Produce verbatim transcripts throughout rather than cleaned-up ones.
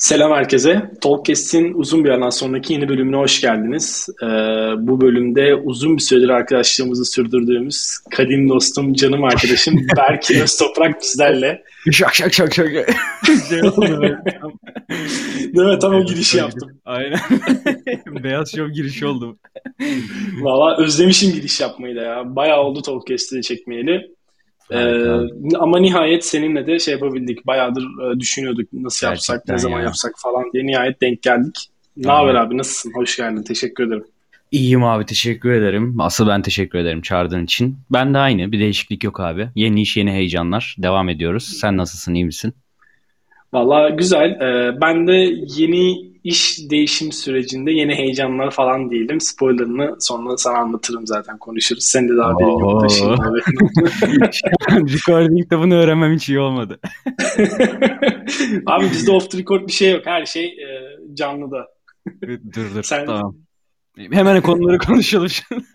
Selam herkese. Talkcast'in uzun bir aradan sonraki yeni bölümüne hoş geldiniz. Ee, bu bölümde uzun bir süredir arkadaşlığımızı sürdürdüğümüz kadim dostum, canım arkadaşım Berk Öztoprak bizlerle. Şak şak şak şak. Şey oldu böyle tam Değil mi? Tam o Beyaz girişi Şov giriş. yaptım. Aynen. Beyaz Şov girişi oldu. Valla özlemişim giriş yapmayı da ya. Bayağı oldu Talkcast'i çekmeyeli. Harika Ee, abi. ama nihayet seninle de şey yapabildik. Bayağıdır e, düşünüyorduk nasıl yapsak, ne Gerçekten zaman ya. yapsak falan diye. Nihayet denk geldik. Ne haber Aynen. abi? Nasılsın? Hoş geldin. Teşekkür ederim. İyiyim abi, teşekkür ederim. Asıl ben teşekkür ederim çağırdığın için. Ben de aynı, bir değişiklik yok abi. Yeni iş, yeni heyecanlar. Devam ediyoruz. Sen nasılsın, iyi misin? Valla güzel. Ee, ben de yeni iş değişim sürecinde yeni heyecanlar falan diyelim. Spoilerını sonra sana anlatırım zaten konuşuruz. Senin de daha haberin yoktu. Oo. Şimdi haberin oldu. Şu an recording'de bunu öğrenmem hiç iyi olmadı. Abi bizde off the record bir şey yok. Her şey e, canlıda. Dur dur, Sen tamam. Hemen konuları konuşalım şimdi.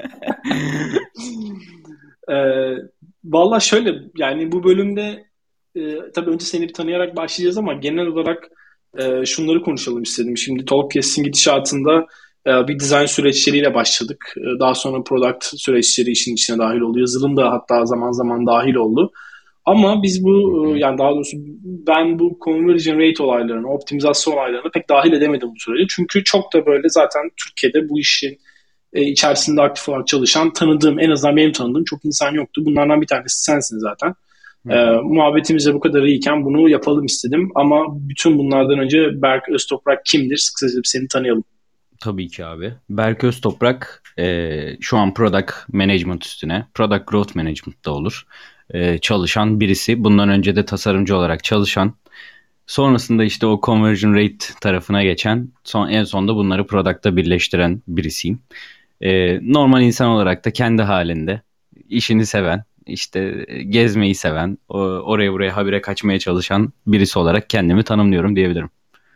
e, valla şöyle yani bu bölümde e, tabii önce seni bir tanıyarak başlayacağız ama genel olarak e, şunları konuşalım istedim. Şimdi Talkcast'in gidişatında e, bir dizayn süreçleriyle başladık. E, daha sonra product süreçleri işin içine dahil oldu. Yazılım da hatta zaman zaman dahil oldu. Ama biz Hı bu e, hı. yani daha doğrusu ben bu conversion rate olaylarını, optimizasyon olaylarını pek dahil edemedim bu sürece. Çünkü çok da böyle zaten Türkiye'de bu işin e, içerisinde aktif olarak çalışan, tanıdığım, en azından benim tanıdığım çok insan yoktu. Bunlardan bir tanesi sensin zaten. Hı E, hı. muhabbetimiz de bu kadar iyiyken bunu yapalım istedim. Ama bütün bunlardan önce Berk Öztoprak kimdir? Kısaca bir seni tanıyalım. Tabii ki abi. Berk Öztoprak e, şu an Product Management üstüne, Product Growth Management'da olur. E, çalışan birisi. Bundan önce de tasarımcı olarak çalışan. Sonrasında işte o conversion rate tarafına geçen, son, en sonunda bunları product'ta birleştiren birisiyim. E, normal insan olarak da kendi halinde, işini seven, işte gezmeyi seven, o, oraya buraya habire kaçmaya çalışan birisi olarak kendimi tanımlıyorum diyebilirim.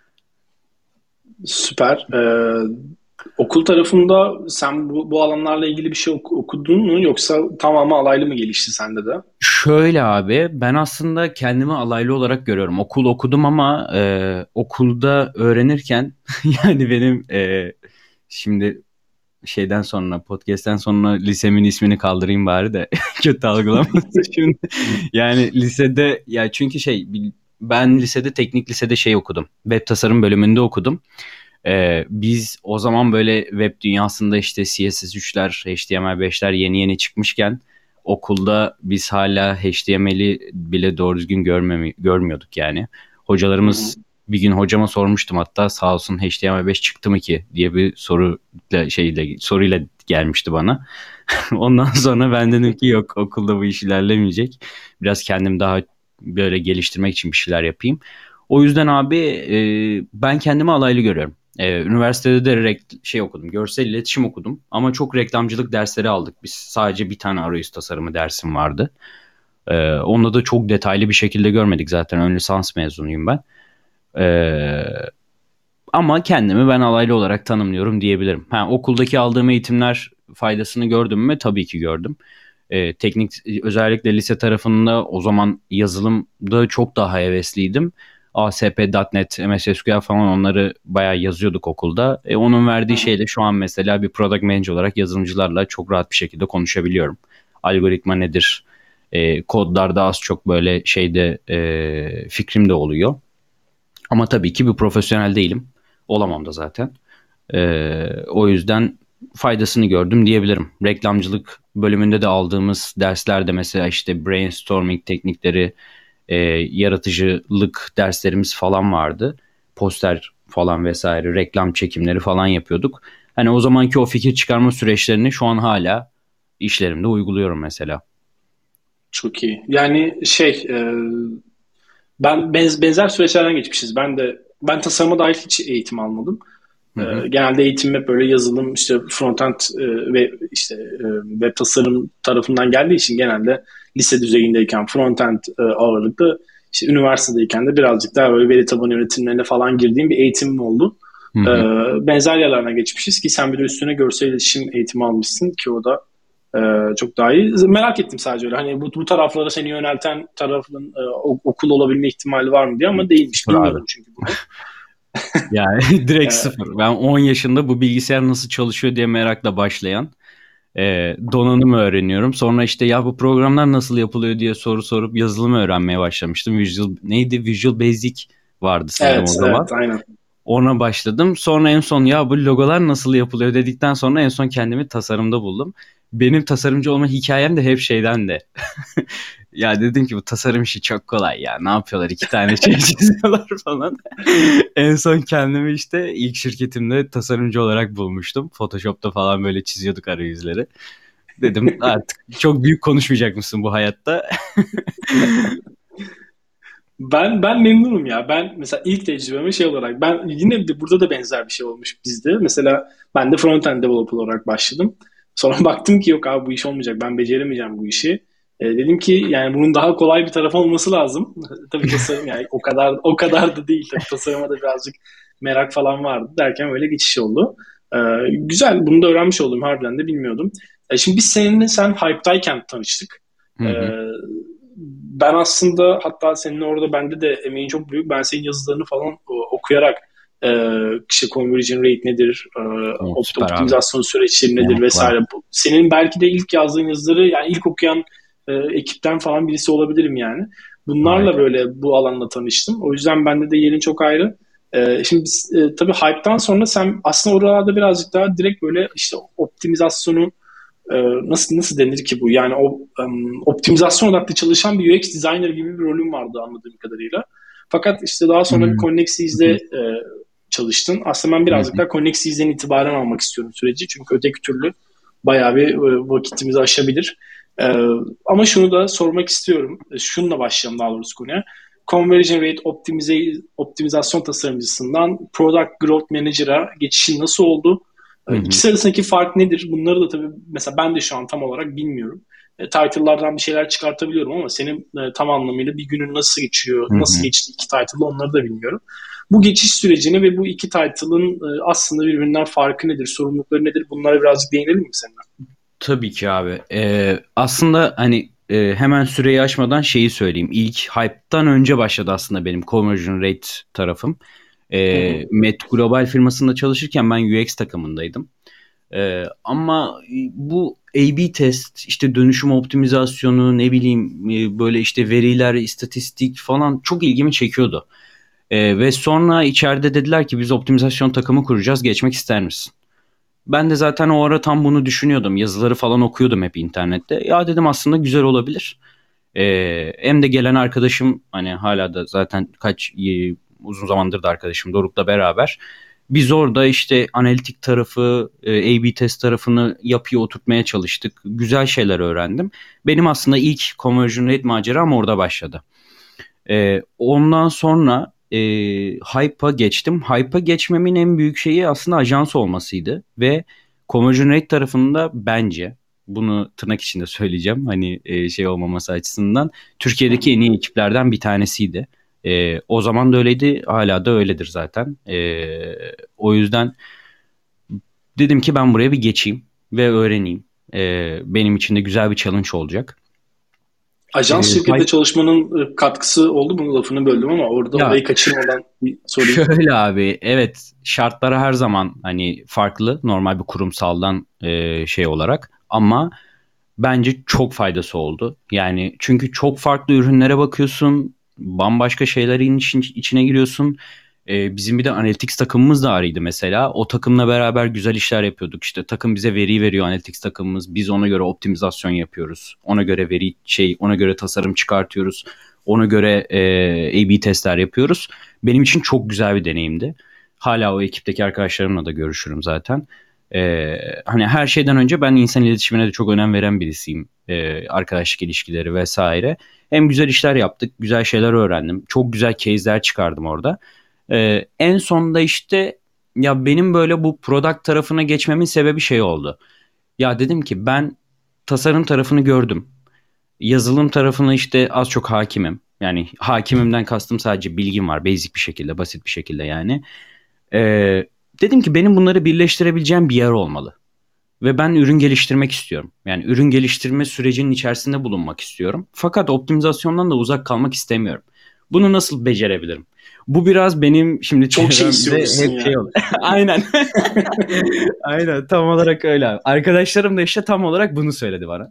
Süper. E, okul tarafında sen bu, bu alanlarla ilgili bir şey oku- okudun mu yoksa tamamı alaylı mı gelişti sende de? Şöyle abi, ben aslında kendimi alaylı olarak görüyorum. Okul okudum ama e, okulda öğrenirken yani benim e, şimdi şeyden sonra, podcast'ten sonra lisemin ismini kaldırayım bari de kötü algılamasın şimdi. Yani lisede, ya çünkü şey, ben lisede, teknik lisede şey okudum. Web tasarım bölümünde okudum. Ee, biz o zaman böyle web dünyasında işte C S S üçler, H T M L beşler yeni yeni çıkmışken okulda biz hala H T M L'i bile doğru düzgün görmemi, görmüyorduk yani. Hı hı. Hocalarımız, bir gün hocama sormuştum hatta, sağ olsun, H T M L beş çıktı mı ki diye bir soruyla, şeyle, soruyla gelmişti bana. Ondan sonra ben dedim ki yok, okulda bu iş ilerlemeyecek. Biraz kendim daha böyle geliştirmek için bir şeyler yapayım. O yüzden abi e, ben kendimi alaylı görüyorum. E, üniversitede de rek- şey okudum, görsel iletişim okudum ama çok reklamcılık dersleri aldık. Biz sadece bir tane arayüz tasarımı dersim vardı. E, onu da çok detaylı bir şekilde görmedik, zaten ön lisans mezunuyum ben. E, Ama kendimi ben alaylı olarak tanımlıyorum diyebilirim. Ha, okuldaki aldığım eğitimler faydasını gördüm mü? Tabii ki gördüm. Ee, teknik, özellikle lise tarafında o zaman yazılımda çok daha hevesliydim. A S P nokta net, M S S Q L falan, onları bayağı yazıyorduk okulda. E, onun Hı verdiği hı. şeyle şu an mesela bir product manager olarak yazılımcılarla çok rahat bir şekilde konuşabiliyorum. Algoritma nedir? E, kodlarda az çok böyle şeyde e, fikrim de oluyor. Ama tabii ki bir profesyonel değilim. Olamam da zaten. Ee, o yüzden faydasını gördüm diyebilirim. Reklamcılık bölümünde de aldığımız derslerde mesela işte brainstorming teknikleri, e, yaratıcılık derslerimiz falan vardı. Poster falan vesaire, reklam çekimleri falan yapıyorduk. Hani o zamanki o fikir çıkarma süreçlerini şu an hala işlerimde uyguluyorum mesela. Çok iyi. Yani şey, e, ben benz, benzer süreçlerden geçmişiz. Ben de ben tasarıma dair hiç eğitim almadım. Hı E, hı. genelde eğitim hep böyle yazılım, işte frontend e, ve işte e, web tasarım tarafından geldiği için genelde lise düzeyindeyken frontend e, ağırlıklı, işte üniversitedeyken de birazcık daha böyle veri tabanı yönetimlerine falan girdiğim bir eğitimim oldu. Hı E, hı. benzer yerlerine geçmişiz ki sen bir de üstüne görsel iletişim eğitimi almışsın ki o da Ee, çok daha iyi. Merak ettim sadece öyle. Hani bu, bu taraflara seni yönelten tarafın e, o- okul olabilme ihtimali var mı diye ama değilmiş. Sıfır abi. Bilmiyordum çünkü bunu. Yani direkt E, sıfır. Ben on yaşında bu bilgisayar nasıl çalışıyor diye merakla başlayan, e, donanım öğreniyorum. Sonra işte ya bu programlar nasıl yapılıyor diye soru sorup yazılım öğrenmeye başlamıştım. Visual neydi? Visual Basic vardı sanırım o evet, zaman. evet, aynen. Ona başladım. Sonra en son ya bu logolar nasıl yapılıyor dedikten sonra en son kendimi tasarımda buldum. Benim tasarımcı olma hikayem de hep şeyden de. Ya dedim ki bu tasarım işi çok kolay ya. Ne yapıyorlar? İki tane şey çiziyorlar falan. En son kendimi işte ilk şirketimde tasarımcı olarak bulmuştum. Photoshop'ta falan böyle çiziyorduk arayüzleri. Dedim artık çok büyük konuşmayacak mısın bu hayatta? Ben ben memnunum ya. Ben mesela ilk tecrübeme şey olarak ben yine de burada da benzer bir şey olmuş bizde. Mesela ben de front-end developer olarak başladım. Sonra baktım ki yok abi bu iş olmayacak. Ben beceremeyeceğim bu işi. E, dedim ki yani bunun daha kolay bir tarafı olması lazım. Tabii tasarım yani o kadar o kadar da değil. Tabii tasarıma da birazcık merak falan vardı derken böyle geçiş oldu. E, güzel. Bunu da öğrenmiş oldum. Harbiden de bilmiyordum. E, şimdi biz seninle sen Hype'dayken tanıştık. Hı E, hı. Ben aslında hatta senin orada bende de emeğin çok büyük. Ben senin yazılarını falan o- okuyarak e, işte conversion rate nedir, e, O opt- süper abi. optimizasyon süreçleri Ne nedir mutlu bana. vesaire. Bu- Senin belki de ilk yazdığın yazıları yani ilk okuyan e, ekipten falan birisi olabilirim yani. Bunlarla Harika. böyle bu alanla tanıştım. O yüzden bende de yerin çok ayrı. E, şimdi biz, e, tabii Hype'dan sonra sen aslında oralarda birazcık daha direkt böyle işte optimizasyonu e, nasıl nasıl denir ki bu? Yani o um, optimizasyon odaklı çalışan bir U X designer gibi bir rolüm vardı anladığım kadarıyla. Fakat işte daha sonra bir Hı Connexee'de hı. e, çalıştın. Aslında ben Hı birazcık hı. daha Connexee'den itibaren almak istiyorum süreci. Çünkü öteki türlü bayağı bir e, vakitimizi aşabilir. E, Ama şunu da sormak istiyorum. E, Şununla başlayalım daha doğrusu konuya. Conversion rate optimize, optimizasyon tasarımcısından Product Growth Manager'a geçişin nasıl oldu? Hı E, hı. İkisi arasındaki fark nedir? Bunları da tabii mesela ben de şu an tam olarak bilmiyorum. E, title'lardan bir şeyler çıkartabiliyorum ama senin e, tam anlamıyla bir günün nasıl geçiyor, Hı nasıl hı. geçti iki title'ı onları da bilmiyorum. Bu geçiş sürecini ve bu iki title'ın e, aslında birbirinden farkı nedir, sorumlulukları nedir? Bunlara birazcık değinelim mi seninle? Tabii ki abi. Ee, aslında hani e, hemen süreyi aşmadan şeyi söyleyeyim. İlk hype'tan önce başladı aslında benim conversion rate tarafım. Hı Ee, hı. Met Global firmasında çalışırken ben U X takımındaydım. Ee, ama bu A/B test, işte dönüşüm optimizasyonu, ne bileyim e, böyle işte veriler, istatistik falan çok ilgimi çekiyordu. Ee, ve sonra içeride dediler ki biz optimizasyon takımı kuracağız, geçmek ister misin? Ben de zaten o ara tam bunu düşünüyordum. Yazıları falan okuyordum hep internette. Ya dedim aslında güzel olabilir. Ee, hem de gelen arkadaşım hani hala da zaten kaç e, uzun zamandır da arkadaşım Doruk'la beraber. Biz orada işte analitik tarafı, e, A/B test tarafını yapıya oturtmaya çalıştık. Güzel şeyler öğrendim. Benim aslında ilk conversion rate maceram orada başladı. Ee, ondan sonra e, Hype'a geçtim. Hype'a geçmemin en büyük şeyi aslında ajans olmasıydı. Ve Conversion Rate tarafında bence bunu tırnak içinde söyleyeceğim. Hani e, şey olmaması açısından Türkiye'deki en iyi ekiplerden bir tanesiydi. E, o zaman da öyleydi. Hala da öyledir zaten. E, o yüzden dedim ki ben buraya bir geçeyim ve öğreneyim. E, benim için de güzel bir challenge olacak. E, Ajans şirkette Hype çalışmanın e, katkısı oldu mu? Lafını böldüm ama orada ya orayı kaçırmadan bir sorayım. şöyle abi, evet, şartları her zaman hani farklı normal bir kurumsaldan e, şey olarak, ama bence çok faydası oldu. Yani çünkü çok farklı ürünlere bakıyorsun, bambaşka şeylerin için, içine giriyorsun. E, bizim bir de Analytics takımımız da arıydı mesela. O takımla beraber güzel işler yapıyorduk. İşte takım bize veri veriyor, Analytics takımımız. Biz ona göre optimizasyon yapıyoruz. Ona göre veri şey, ona göre tasarım çıkartıyoruz. Ona göre e, A/B testler yapıyoruz. Benim için çok güzel bir deneyimdi. Hala o ekipteki arkadaşlarımla da görüşürüm zaten. Ee, hani her şeyden önce ben insan iletişimine de çok önem veren birisiyim. Ee, arkadaşlık ilişkileri vesaire. Hem güzel işler yaptık, güzel şeyler öğrendim. Çok güzel case'ler çıkardım orada. Ee, en sonunda işte ya benim böyle bu product tarafına geçmemin sebebi şey oldu. Ya dedim ki ben tasarım tarafını gördüm. Yazılım tarafına işte az çok hakimim. Yani hakimimden kastım sadece bilgim var. Basic bir şekilde, basit bir şekilde yani. Ee, dedim ki benim bunları birleştirebileceğim bir yer olmalı. Ve ben ürün geliştirmek istiyorum. Yani ürün geliştirme sürecinin içerisinde bulunmak istiyorum. Fakat optimizasyondan da uzak kalmak istemiyorum. Bunu nasıl becerebilirim? Bu biraz benim şimdi Çok şey çevremde istiyormuşsun hep şey ya. oldu. Aynen. Aynen tam olarak öyle abi. Arkadaşlarım da işte tam olarak bunu söyledi bana.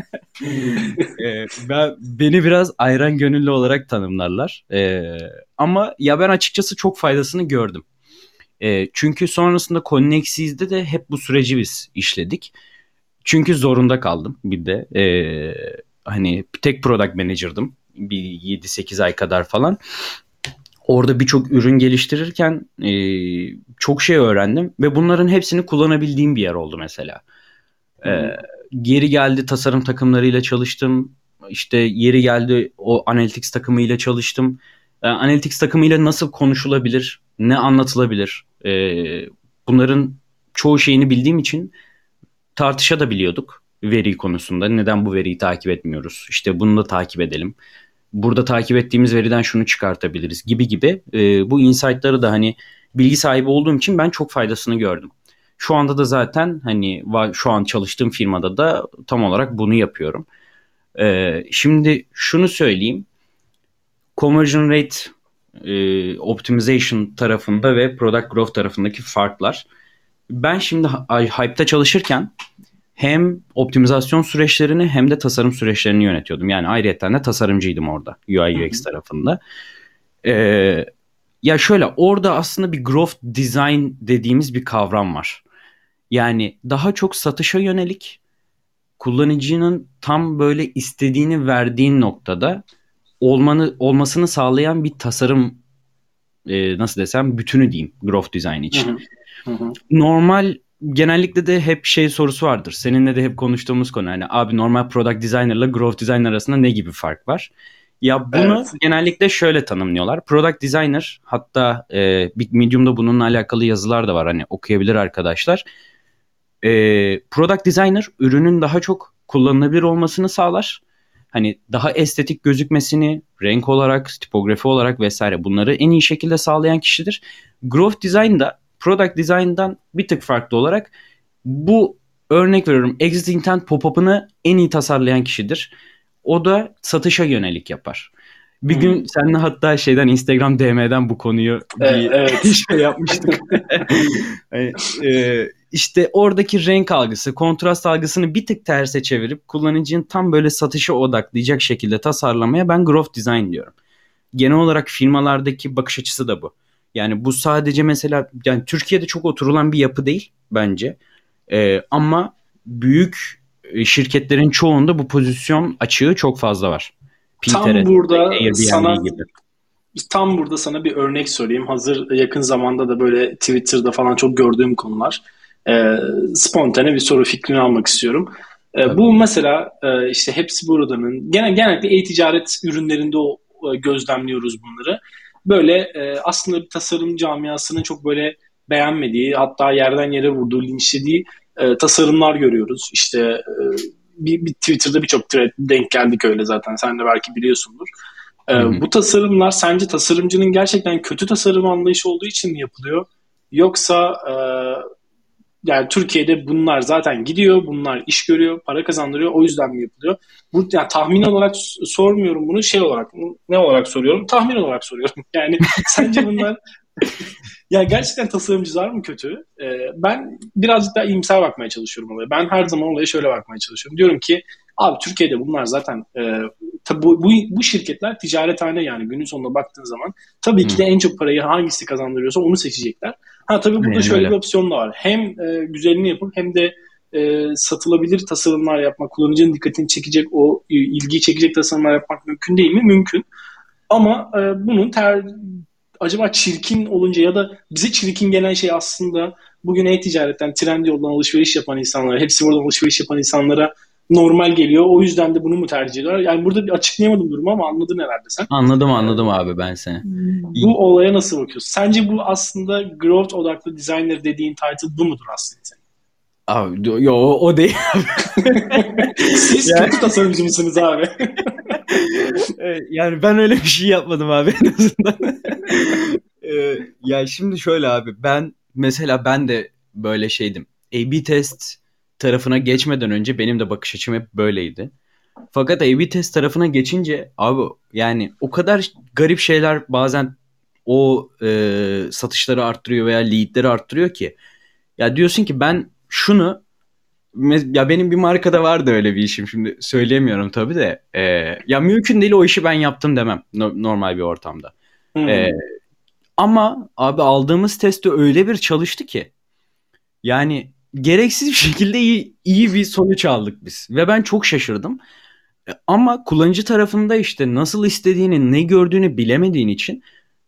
Ee, ben beni biraz ayran gönüllü olarak tanımlarlar. Ee, ama ya ben açıkçası çok faydasını gördüm. Ee, çünkü sonrasında Connexis'de de hep bu süreci biz işledik. Çünkü zorunda kaldım bir de. Ee, hani tek product manager'dım. Bir yedi sekiz ay kadar falan. Orada birçok ürün geliştirirken e, çok şey öğrendim ve bunların hepsini kullanabildiğim bir yer oldu mesela. Hı Ee, hı. Geri geldi tasarım takımlarıyla çalıştım. İşte yeri geldi o Analytics takımıyla çalıştım. Ee, Analytics takımıyla nasıl konuşulabilir, ne anlatılabilir? Ee, bunların çoğu şeyini bildiğim için tartışabiliyorduk veri konusunda. Neden bu veriyi takip etmiyoruz? İşte bunu da takip edelim. Burada takip ettiğimiz veriden şunu çıkartabiliriz gibi gibi. Ee, bu insight'ları da hani bilgi sahibi olduğum için ben çok faydasını gördüm. Şu anda da zaten hani şu an çalıştığım firmada da tam olarak bunu yapıyorum. Ee, şimdi şunu söyleyeyim. Conversion rate e, optimization tarafında ve product growth tarafındaki farklar. Ben şimdi Hype'ta çalışırken hem optimizasyon süreçlerini hem de tasarım süreçlerini yönetiyordum. Yani ayrıyeten de tasarımcıydım orada U Hı I U X hı. tarafında. Ee, ya şöyle orada aslında bir growth design dediğimiz bir kavram var. Yani daha çok satışa yönelik kullanıcının tam böyle istediğini verdiğin noktada olmanı olmasını sağlayan bir tasarım e, nasıl desem bütünü diyeyim growth design Hı için. hı. Hı hı. Normal genellikle de hep şey sorusu vardır. Seninle de hep konuştuğumuz konu. Hani abi normal product designer ile growth designer arasında ne gibi fark var? Ya bunu Evet. genellikle şöyle tanımlıyorlar. Product designer hatta e, Big Medium'da bununla alakalı yazılar da var. Hani okuyabilir arkadaşlar. E, product designer ürünün daha çok kullanılabilir olmasını sağlar. Hani daha estetik gözükmesini renk olarak, tipografi olarak vesaire bunları en iyi şekilde sağlayan kişidir. Growth design da product design'dan bir tık farklı olarak bu örnek veriyorum exit intent pop-up'ını en iyi tasarlayan kişidir. O da satışa yönelik yapar. Bir gün Hı. seninle hatta şeyden Instagram D M'den bu konuyu E, bir evet. şey yapmıştık. Hani, e, işte oradaki renk algısı, kontrast algısını bir tık terse çevirip kullanıcının tam böyle satışa odaklayacak şekilde tasarlamaya ben growth design diyorum. Genel olarak firmalardaki bakış açısı da bu. Yani bu sadece mesela yani Türkiye'de çok oturulan bir yapı değil bence. E, ama büyük e, şirketlerin çoğunda bu pozisyon açığı çok fazla var. Tam Pinterest, burada Airbnb sana gibi. tam burada sana bir örnek söyleyeyim. Hazır yakın zamanda da böyle Twitter'da falan çok gördüğüm konular. Ee, spontane bir soru fikrini almak istiyorum. Ee, Tabii. bu mesela e, işte hepsi buradanın genel genellikle e-ticaret ürünlerinde o, o gözlemliyoruz bunları. Böyle e, aslında bir tasarım camiasının çok böyle beğenmediği, hatta yerden yere vurduğu, linçlediği e, tasarımlar görüyoruz. İşte e, bir, bir Twitter'da birçok thread denk geldik öyle zaten. Sen de belki biliyorsundur. Ee, Hı hı. bu tasarımlar sence tasarımcının gerçekten kötü tasarım anlayışı olduğu için mi yapılıyor? Yoksa e, yani Türkiye'de bunlar zaten gidiyor, bunlar iş görüyor, para kazandırıyor, o yüzden mi yapılıyor? Bu yani tahmin olarak s- sormuyorum bunu, şey olarak, ne olarak soruyorum? Tahmin olarak soruyorum. Yani sence bunlar ya gerçekten tasarımcılar mı kötü? Ee, ben birazcık daha iyimser bakmaya çalışıyorum olaya. Ben her zaman olaya şöyle bakmaya çalışıyorum. Diyorum ki abi Türkiye'de bunlar zaten e, tabi bu, bu, bu şirketler ticarethane, yani günün sonuna baktığın zaman tabii ki Hı. de en çok parayı hangisi kazandırıyorsa onu seçecekler. Ha tabii burada Aynen şöyle bir öyle. opsiyon da var. Hem e, güzelini yapıp hem de e, satılabilir tasarımlar yapmak, kullanıcının dikkatini çekecek, o e, ilgiyi çekecek tasarımlar yapmak mümkün değil mi? Mümkün. Ama e, bunun ter, acaba çirkin olunca ya da bize çirkin gelen şey aslında bugün e-ticaretten, Trendyol'dan alışveriş yapan insanlara, hepsi buradan alışveriş yapan insanlara normal geliyor. O yüzden de bunu mu tercih ediyorlar? Yani burada bir açıklayamadım durumu ama anladın herhalde sen. Anladım E, anladım abi ben seni. bu olaya nasıl bakıyorsun? Sence bu aslında growth odaklı designer dediğin title bu mudur aslında senin? Abi yo o o değil. Siz Yani, kötü tasarımcı mısınız abi? evet, yani ben öyle bir şey yapmadım abi en azından. Ee, ya şimdi şöyle abi ben mesela ben de böyle şeydim. A B test tarafına geçmeden önce benim de bakış açım hep böyleydi. Fakat A B test tarafına geçince abi yani o kadar garip şeyler bazen o e, satışları arttırıyor veya leadleri arttırıyor ki. Ya diyorsun ki ben şunu, ya benim bir markada vardı öyle bir işim, şimdi söyleyemiyorum tabii de. E, ya mümkün değil o işi ben yaptım demem no- normal bir ortamda. E, Hmm. ama abi aldığımız testte öyle bir çalıştı ki yani gereksiz bir şekilde iyi, iyi bir sonuç aldık biz ve ben çok şaşırdım. E, Ama kullanıcı tarafında işte nasıl istediğini, ne gördüğünü bilemediğin için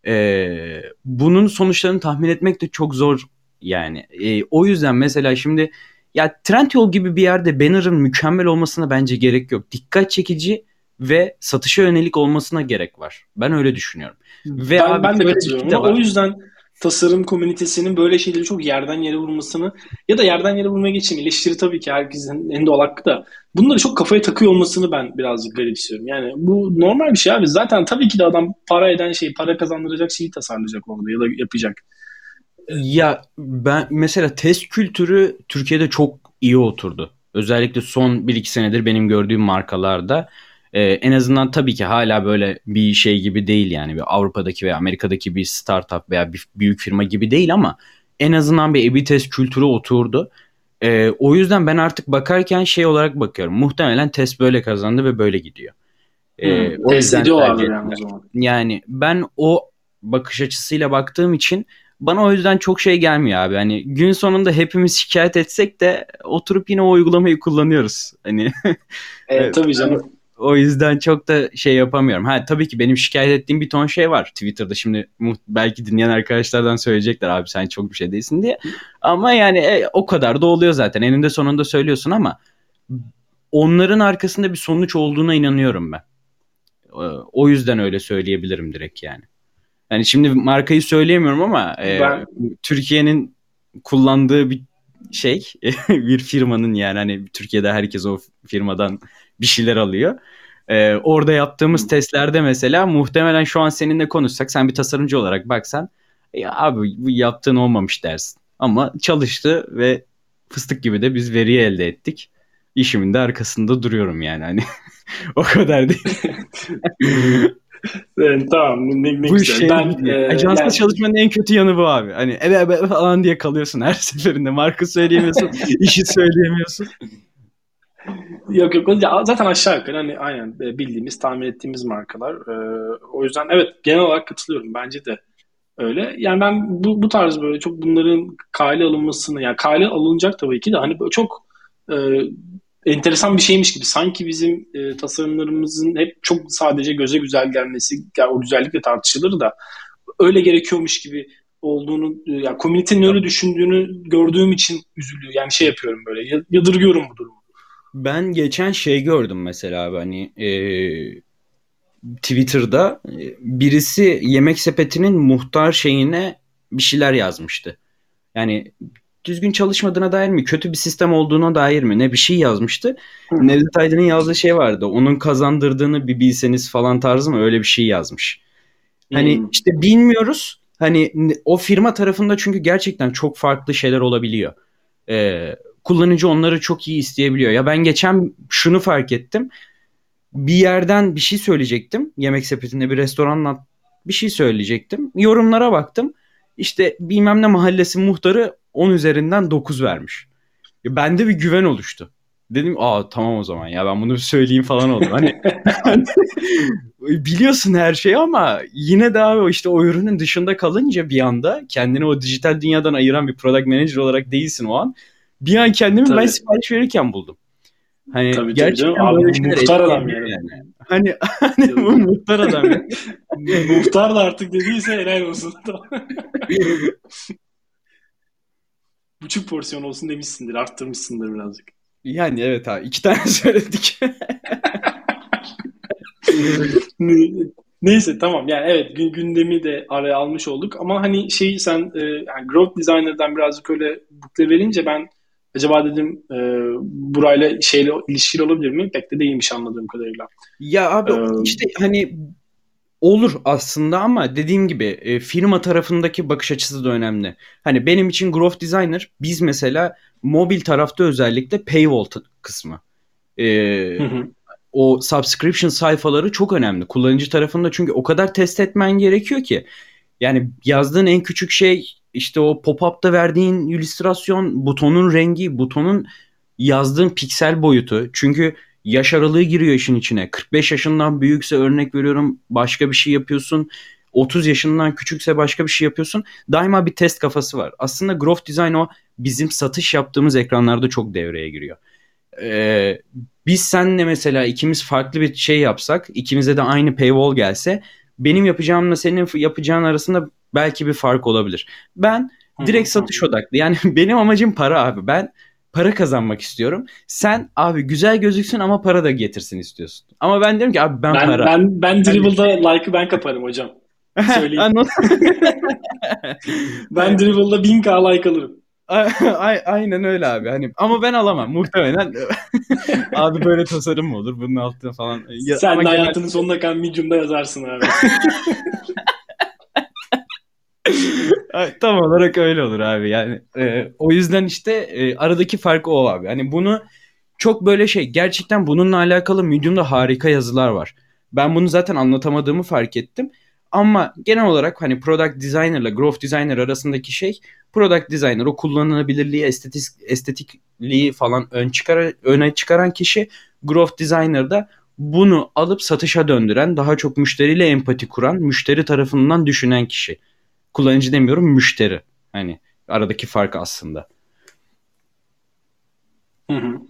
e, bunun sonuçlarını tahmin etmek de çok zor yani. E, o yüzden mesela şimdi ya Trendyol gibi bir yerde banner'ın mükemmel olmasına bence gerek yok. Dikkat çekici ve satışa yönelik olmasına gerek var. Ben öyle düşünüyorum. Ve Ben abi ben de şöyle bir katılıyorum şey de ama o var. yüzden tasarım komünitesinin böyle şeyleri çok yerden yere vurmasını ya da yerden yere vurmaya geçeyim. Eleştiri tabii ki herkesin en doğal hakkı da bunları çok kafaya takıyor olmasını ben birazcık garipsiyorum. Yani bu normal bir şey abi. Zaten tabii ki de adam para eden şeyi, para kazandıracak şeyi tasarlayacak orada ya da yapacak. Ya ben mesela test kültürü Türkiye'de çok iyi oturdu. Özellikle son bir iki senedir benim gördüğüm markalarda e, en azından tabii ki hala böyle bir şey gibi değil yani bir Avrupa'daki veya Amerika'daki bir startup veya bir büyük firma gibi değil ama en azından bir A B test kültürü oturdu. E, o yüzden ben artık bakarken şey olarak bakıyorum. Muhtemelen test böyle kazandı ve böyle gidiyor. E, Hmm, o test yüzden tercih ediyorlardır yani o ettiler. zaman. Yani ben o bakış açısıyla baktığım için bana o yüzden çok şey gelmiyor abi. Hani gün sonunda hepimiz şikayet etsek de oturup yine o uygulamayı kullanıyoruz. Hani E, ben tabii canım. o yüzden çok da şey yapamıyorum. Ha tabii ki benim şikayet ettiğim bir ton şey var Twitter'da. Şimdi mu- belki dinleyen arkadaşlardan söyleyecekler abi sen çok bir şey değilsin diye. Ama yani e, o kadar da oluyor zaten. Eninde sonunda söylüyorsun ama onların arkasında bir sonuç olduğuna inanıyorum ben. E, O yüzden öyle söyleyebilirim direkt yani. Yani şimdi markayı söyleyemiyorum ama e, Ben Türkiye'nin kullandığı bir şey bir firmanın yani hani Türkiye'de herkes o firmadan bir şeyler alıyor. E, orada yaptığımız testlerde mesela muhtemelen şu an seninle konuşsak sen bir tasarımcı olarak baksan ya abi bu yaptığın olmamış dersin. Ama çalıştı ve fıstık gibi de biz veriyi elde ettik. İşimin de arkasında duruyorum yani hani o kadar değil. e, tamam ne, ne Bu güzel. şey Ben e, gibi. Ajansla yani çalışmanın en kötü yanı bu abi. Hani ebe ebe falan diye kalıyorsun her seferinde. Marka söyleyemiyorsun, işi söyleyemiyorsun. yok yok ya zaten aşağı yukarı hani aynen e, bildiğimiz tahmin ettiğimiz markalar. Ee, o yüzden evet genel olarak katılıyorum bence de öyle. Yani ben bu, bu tarz böyle çok bunların kale alınmasını yani kale alınacak tabii ki de hani böyle çok e, enteresan bir şeymiş gibi sanki bizim e, tasarımlarımızın hep çok sadece göze güzel gelmesi yani o güzellikle tartışılır da öyle gerekiyormuş gibi olduğunu e, yani komünitenin Ya öyle düşündüğünü gördüğüm için üzülüyor. Yani şey yapıyorum böyle ya- yadırgıyorum bu durumu. ben geçen şey gördüm mesela abi hani e, Twitter'da e, birisi Yemek Sepeti'nin muhtar şeyine bir şeyler yazmıştı. Yani düzgün çalışmadığına dair mi, kötü bir sistem olduğuna dair mi ne bir şey yazmıştı. Hı hı. Nevzat Aydın'ın yazdığı şey vardı. Onun kazandırdığını bir bilseniz falan tarzı mı öyle bir şey yazmış. Hani Hmm. işte bilmiyoruz. Hani o firma tarafında çünkü gerçekten çok farklı şeyler olabiliyor. Ee, kullanıcı onları çok iyi isteyebiliyor. Ya ben geçen şunu fark ettim. Bir yerden bir şey söyleyecektim. Yemek sepetinde bir restoranla bir şey söyleyecektim. Yorumlara baktım. İşte bilmem ne mahallesi muhtarı on üzerinden dokuz vermiş. Ya bende bir güven oluştu. Dedim aa tamam o zaman ya ben bunu bir söyleyeyim falan oldum. Hani biliyorsun her şeyi ama yine de abi işte o ürünün dışında kalınca bir anda kendini o dijital dünyadan ayıran bir product manager olarak değilsin o an. Bir an kendimi ben Tabii. sipariş verirken buldum. Hani Tabii tabii canım. gerçekten Abi böyle bu şeyler muhtar adam etkileyebiliyor yani. yani. Hani, hani bu muhtar adam ya. Muhtar da artık dediyse helal olsun. Buçuk porsiyon olsun demişsindir. Arttırmışsındır birazcık. Yani evet abi iki tane söyledik. Neyse tamam yani evet gün, gündemi de araya almış olduk ama hani şey sen e, yani growth designer'dan birazcık öyle bukle verince ben acaba dedim e, burayla şeyle ilişkili olabilir mi? Pek de değilmiş anladığım kadarıyla. Ya E, abi işte hani olur aslında ama dediğim gibi e, firma tarafındaki bakış açısı da önemli. Hani benim için growth designer biz mesela mobil tarafta özellikle paywall t- kısmı. E, hı hı. o subscription sayfaları çok önemli. Kullanıcı tarafında çünkü o kadar test etmen gerekiyor ki. Yani yazdığın en küçük şey işte o pop-up'ta verdiğin illüstrasyon, butonun rengi, butonun yazdığın piksel boyutu. Çünkü yaş aralığı giriyor işin içine. kırk beş yaşından büyükse örnek veriyorum başka bir şey yapıyorsun. otuz yaşından küçükse başka bir şey yapıyorsun. Daima bir test kafası var. Aslında growth design o bizim satış yaptığımız ekranlarda çok devreye giriyor. Ee, biz seninle mesela ikimiz farklı bir şey yapsak, ikimize de aynı paywall gelse, benim yapacağımla senin yapacağın arasında belki bir fark olabilir. Ben Hı hı, direkt hı satış hı. odaklı. Yani benim amacım para abi. Ben para kazanmak istiyorum. Sen abi güzel gözüksün ama para da getirsin istiyorsun. Ama ben diyorum ki abi ben Ben para. ben ben Hani Dribble'da like'ı ben kaparım hocam. Söyleyeyim. anladın? Ben Dribble'da bin k like alırım. A- Aynen öyle abi. Hani ama ben alamam muhtemelen. Abi böyle tasarım mı olur? Bunun altına falan. Ya, ama Sen de genel hayatının sonuna kadar Medium'da yazarsın abi. Ay, tam olarak öyle olur abi. Yani e, o yüzden işte e, aradaki fark o abi. Hani bunu çok böyle şey gerçekten bununla alakalı Medium'da harika yazılar var. Ben bunu zaten anlatamadığımı fark ettim. Ama genel olarak hani product designer ile growth designer arasındaki şey product designer o kullanılabilirliği, estetik, estetikliği falan ön çıkar, öne çıkaran kişi, growth designer da bunu alıp satışa döndüren, daha çok müşteriyle empati kuran, müşteri tarafından düşünen kişi. Kullanıcı demiyorum, müşteri. Hani aradaki fark aslında. Hı hı.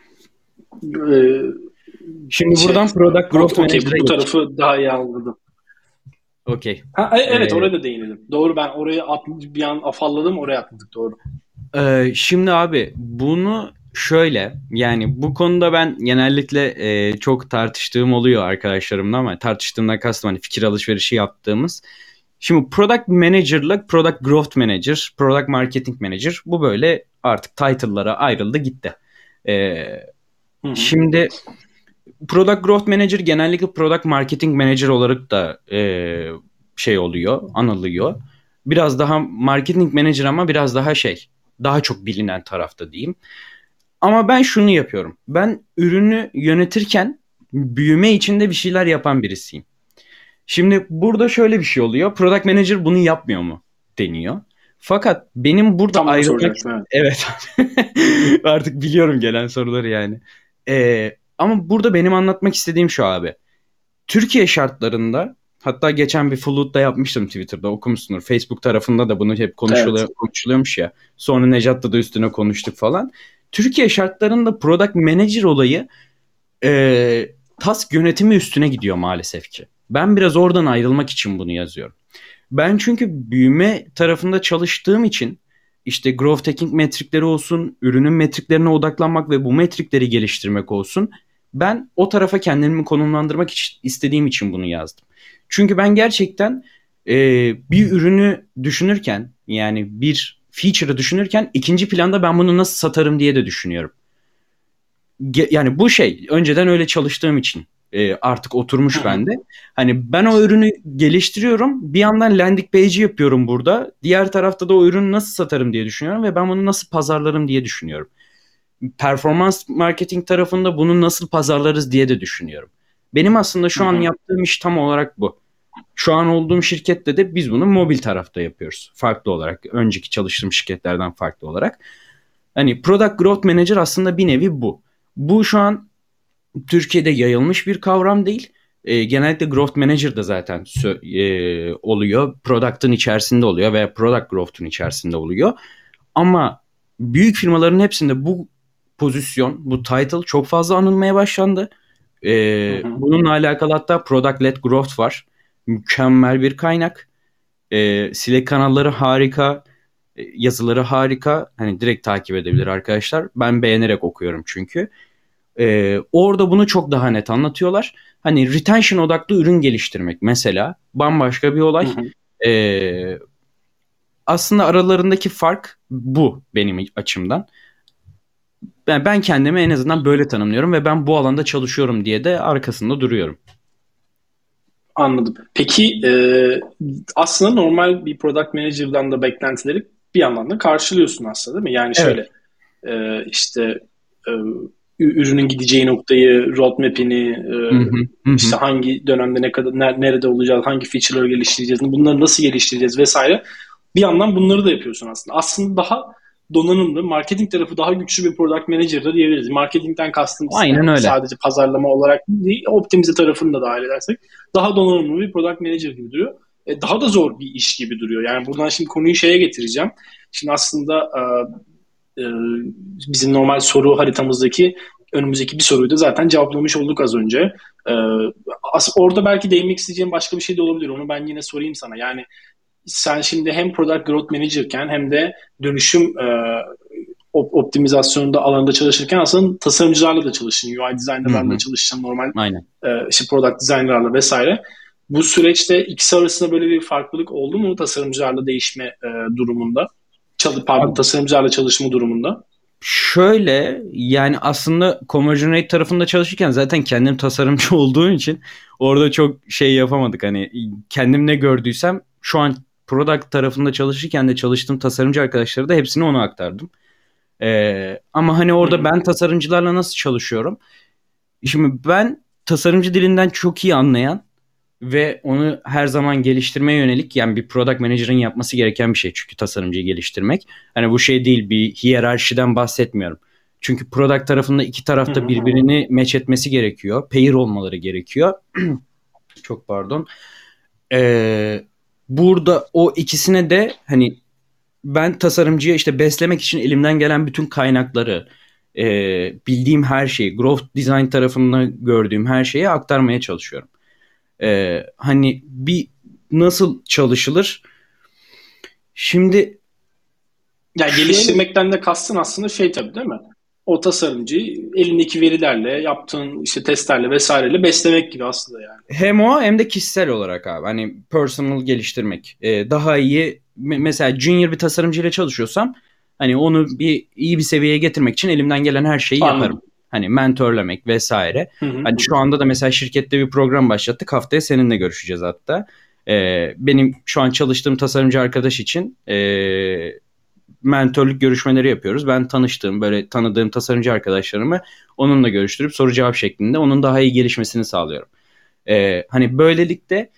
Ee, Şimdi şey, buradan Product Growth o- okey, Manager'a bu, bu geç. tarafı daha iyi anladım. Okey. Ha, e- evet, Ee, oraya da değinelim. Doğru, ben oraya at, bir an afalladım, oraya atladık, doğru. e, şimdi abi bunu şöyle yani bu konuda ben genellikle e, çok tartıştığım oluyor arkadaşlarımla ama tartıştığımdan kastım hani fikir alışverişi yaptığımız. Şimdi Product Manager'la Product Growth Manager, Product Marketing Manager bu böyle artık title'lara ayrıldı gitti. Ee, Hı hı. şimdi Product Growth Manager genellikle Product Marketing Manager olarak da e, şey oluyor, anılıyor. Biraz daha Marketing Manager ama biraz daha şey, daha çok bilinen tarafta diyeyim. Ama ben şunu yapıyorum. Ben ürünü yönetirken büyüme içinde bir şeyler yapan birisiyim. Şimdi burada şöyle bir şey oluyor. Product Manager bunu yapmıyor mu deniyor. Fakat benim burada Tam onu ayrılmak... soracaktım, evet. Evet. Artık biliyorum gelen soruları yani. Ee, ama burada benim anlatmak istediğim şu abi. Türkiye şartlarında hatta geçen bir Flood'da yapmıştım Twitter'da okumuşsundur. Facebook tarafında da bunu hep Evet. konuşuluyor, konuşuluyormuş ya. Sonra Nejat'la da üstüne konuştuk falan. Türkiye şartlarında Product Manager olayı e, task yönetimi üstüne gidiyor maalesef ki. Ben biraz oradan ayrılmak için bunu yazıyorum. Ben çünkü büyüme tarafında çalıştığım için işte growth hacking metrikleri olsun, ürünün metriklerine odaklanmak ve bu metrikleri geliştirmek olsun. Ben o tarafa kendimi konumlandırmak için, istediğim için bunu yazdım. Çünkü ben gerçekten e, bir ürünü düşünürken yani bir feature'ı düşünürken ikinci planda ben bunu nasıl satarım diye de düşünüyorum. Yani bu şey önceden öyle çalıştığım için e, artık Hı oturmuş hı. bende. Hani ben o ürünü geliştiriyorum. Bir yandan landing page'i yapıyorum burada. Diğer tarafta da o ürünü nasıl satarım diye düşünüyorum ve ben bunu nasıl pazarlarım diye düşünüyorum. Performans marketing tarafında bunu nasıl pazarlarız diye de düşünüyorum. Benim aslında Hı şu an hı. yaptığım iş tam olarak bu. Şu an olduğum şirkette de biz bunu mobil tarafta yapıyoruz. Farklı olarak. Önceki çalıştığım şirketlerden farklı olarak. Hani Product Growth Manager aslında bir nevi bu. Bu şu an Türkiye'de yayılmış bir kavram değil. E, genellikle Growth Manager da zaten sö- e, oluyor. Product'ın içerisinde oluyor veya Product Growth'un içerisinde oluyor. Ama büyük firmaların hepsinde bu pozisyon, bu title çok fazla anılmaya başlandı. E, Hı hı. bununla alakalı hatta Product-led Growth var. Mükemmel bir kaynak. E, Slack kanalları harika. E, yazıları harika. Hani direkt takip edebilir arkadaşlar. Ben beğenerek okuyorum çünkü. Ee, orada bunu çok daha net anlatıyorlar. Hani retention odaklı ürün geliştirmek mesela bambaşka bir Hı olay. hı. Ee, aslında aralarındaki fark bu benim açımdan. Ben, ben kendimi en azından böyle tanımlıyorum ve ben bu alanda çalışıyorum diye de arkasında duruyorum. Anladım. Peki, e, aslında normal bir product manager'dan da beklentileri bir yandan da karşılıyorsun aslında, değil mi? Yani Evet. şöyle, e, işte, e, ürünün gideceği noktayı, roadmap'ini, e, Hı hı, hı işte hı. hangi dönemde ne kadar nerede olacağız, hangi feature'ları geliştireceğiz, bunları nasıl geliştireceğiz vesaire. Bir yandan bunları da yapıyorsun aslında. Aslında daha donanımlı, marketing tarafı daha güçlü bir product manager da diyebiliriz. Marketingten kastımız Aynen yani öyle. sadece pazarlama olarak değil, optimize tarafını da dahil edersek daha donanımlı bir product manager gibi duruyor. E, daha da zor bir iş gibi duruyor. Yani buradan şimdi konuyu şeye getireceğim. Şimdi aslında e, e, bizim normal soru haritamızdaki önümüzdeki bir soruyu da zaten cevaplamış olduk az önce. E, as- orada belki değinmek isteyeceğim başka bir şey de olabilir. Onu ben yine sorayım sana. Yani sen şimdi hem Product Growth Manager'ken hem de dönüşüm e, optimizasyonunda alanında çalışırken aslında tasarımcılarla da çalıştın. U I Hı designer'larla da hı. çalıştın. Normal Aynen. e, işte product designer'larla vesaire. Bu süreçte ikisi arasında böyle bir farklılık oldu mu tasarımcılarla değişme e, durumunda? Çalı, pardon, Abi tasarımcılarla çalışma durumunda. şöyle yani aslında Conversion Rate tarafında çalışırken zaten kendim tasarımcı olduğum için orada çok şey yapamadık. Hani kendim ne gördüysem şu an product tarafında çalışırken de çalıştığım tasarımcı arkadaşlara da hepsini ona aktardım. Ee, ama hani Hı orada hı. ben tasarımcılarla nasıl çalışıyorum? Şimdi ben tasarımcı dilinden çok iyi anlayan ve onu her zaman geliştirmeye yönelik yani bir product manager'ın yapması gereken bir şey çünkü tasarımcıyı geliştirmek. Hani bu şey değil bir hiyerarşiden bahsetmiyorum. Çünkü product tarafında iki Hı tarafta hı hı. birbirini match etmesi gerekiyor. Pair olmaları gerekiyor. Çok pardon. Ee, burada o ikisine de hani ben tasarımcıya işte beslemek için elimden gelen bütün kaynakları, e, bildiğim her şeyi, growth design tarafında gördüğüm her şeyi aktarmaya çalışıyorum. E, hani bir nasıl çalışılır? Şimdi Ya şöyle geliştirmekten de kastın aslında şey tabii değil mi? O tasarımcıyı elindeki verilerle, yaptığın işte testlerle vesaireyle beslemek gibi aslında yani. hem o hem de kişisel olarak abi hani personal geliştirmek. E, daha iyi me- mesela junior bir tasarımcıyla çalışıyorsam hani onu bir iyi bir seviyeye getirmek için elimden gelen her şeyi yaparım. Anladım. Hani mentorlamak vesaire. Hı hı Hani hı. şu anda da mesela şirkette bir program başlattık. Haftaya seninle görüşeceğiz hatta. E, benim şu an çalıştığım tasarımcı arkadaş için e, mentorluk görüşmeleri yapıyoruz. Ben tanıştığım böyle tanıdığım tasarımcı arkadaşlarımı onunla görüştürüp soru cevap şeklinde onun daha iyi gelişmesini sağlıyorum. Ee, hani böylelikle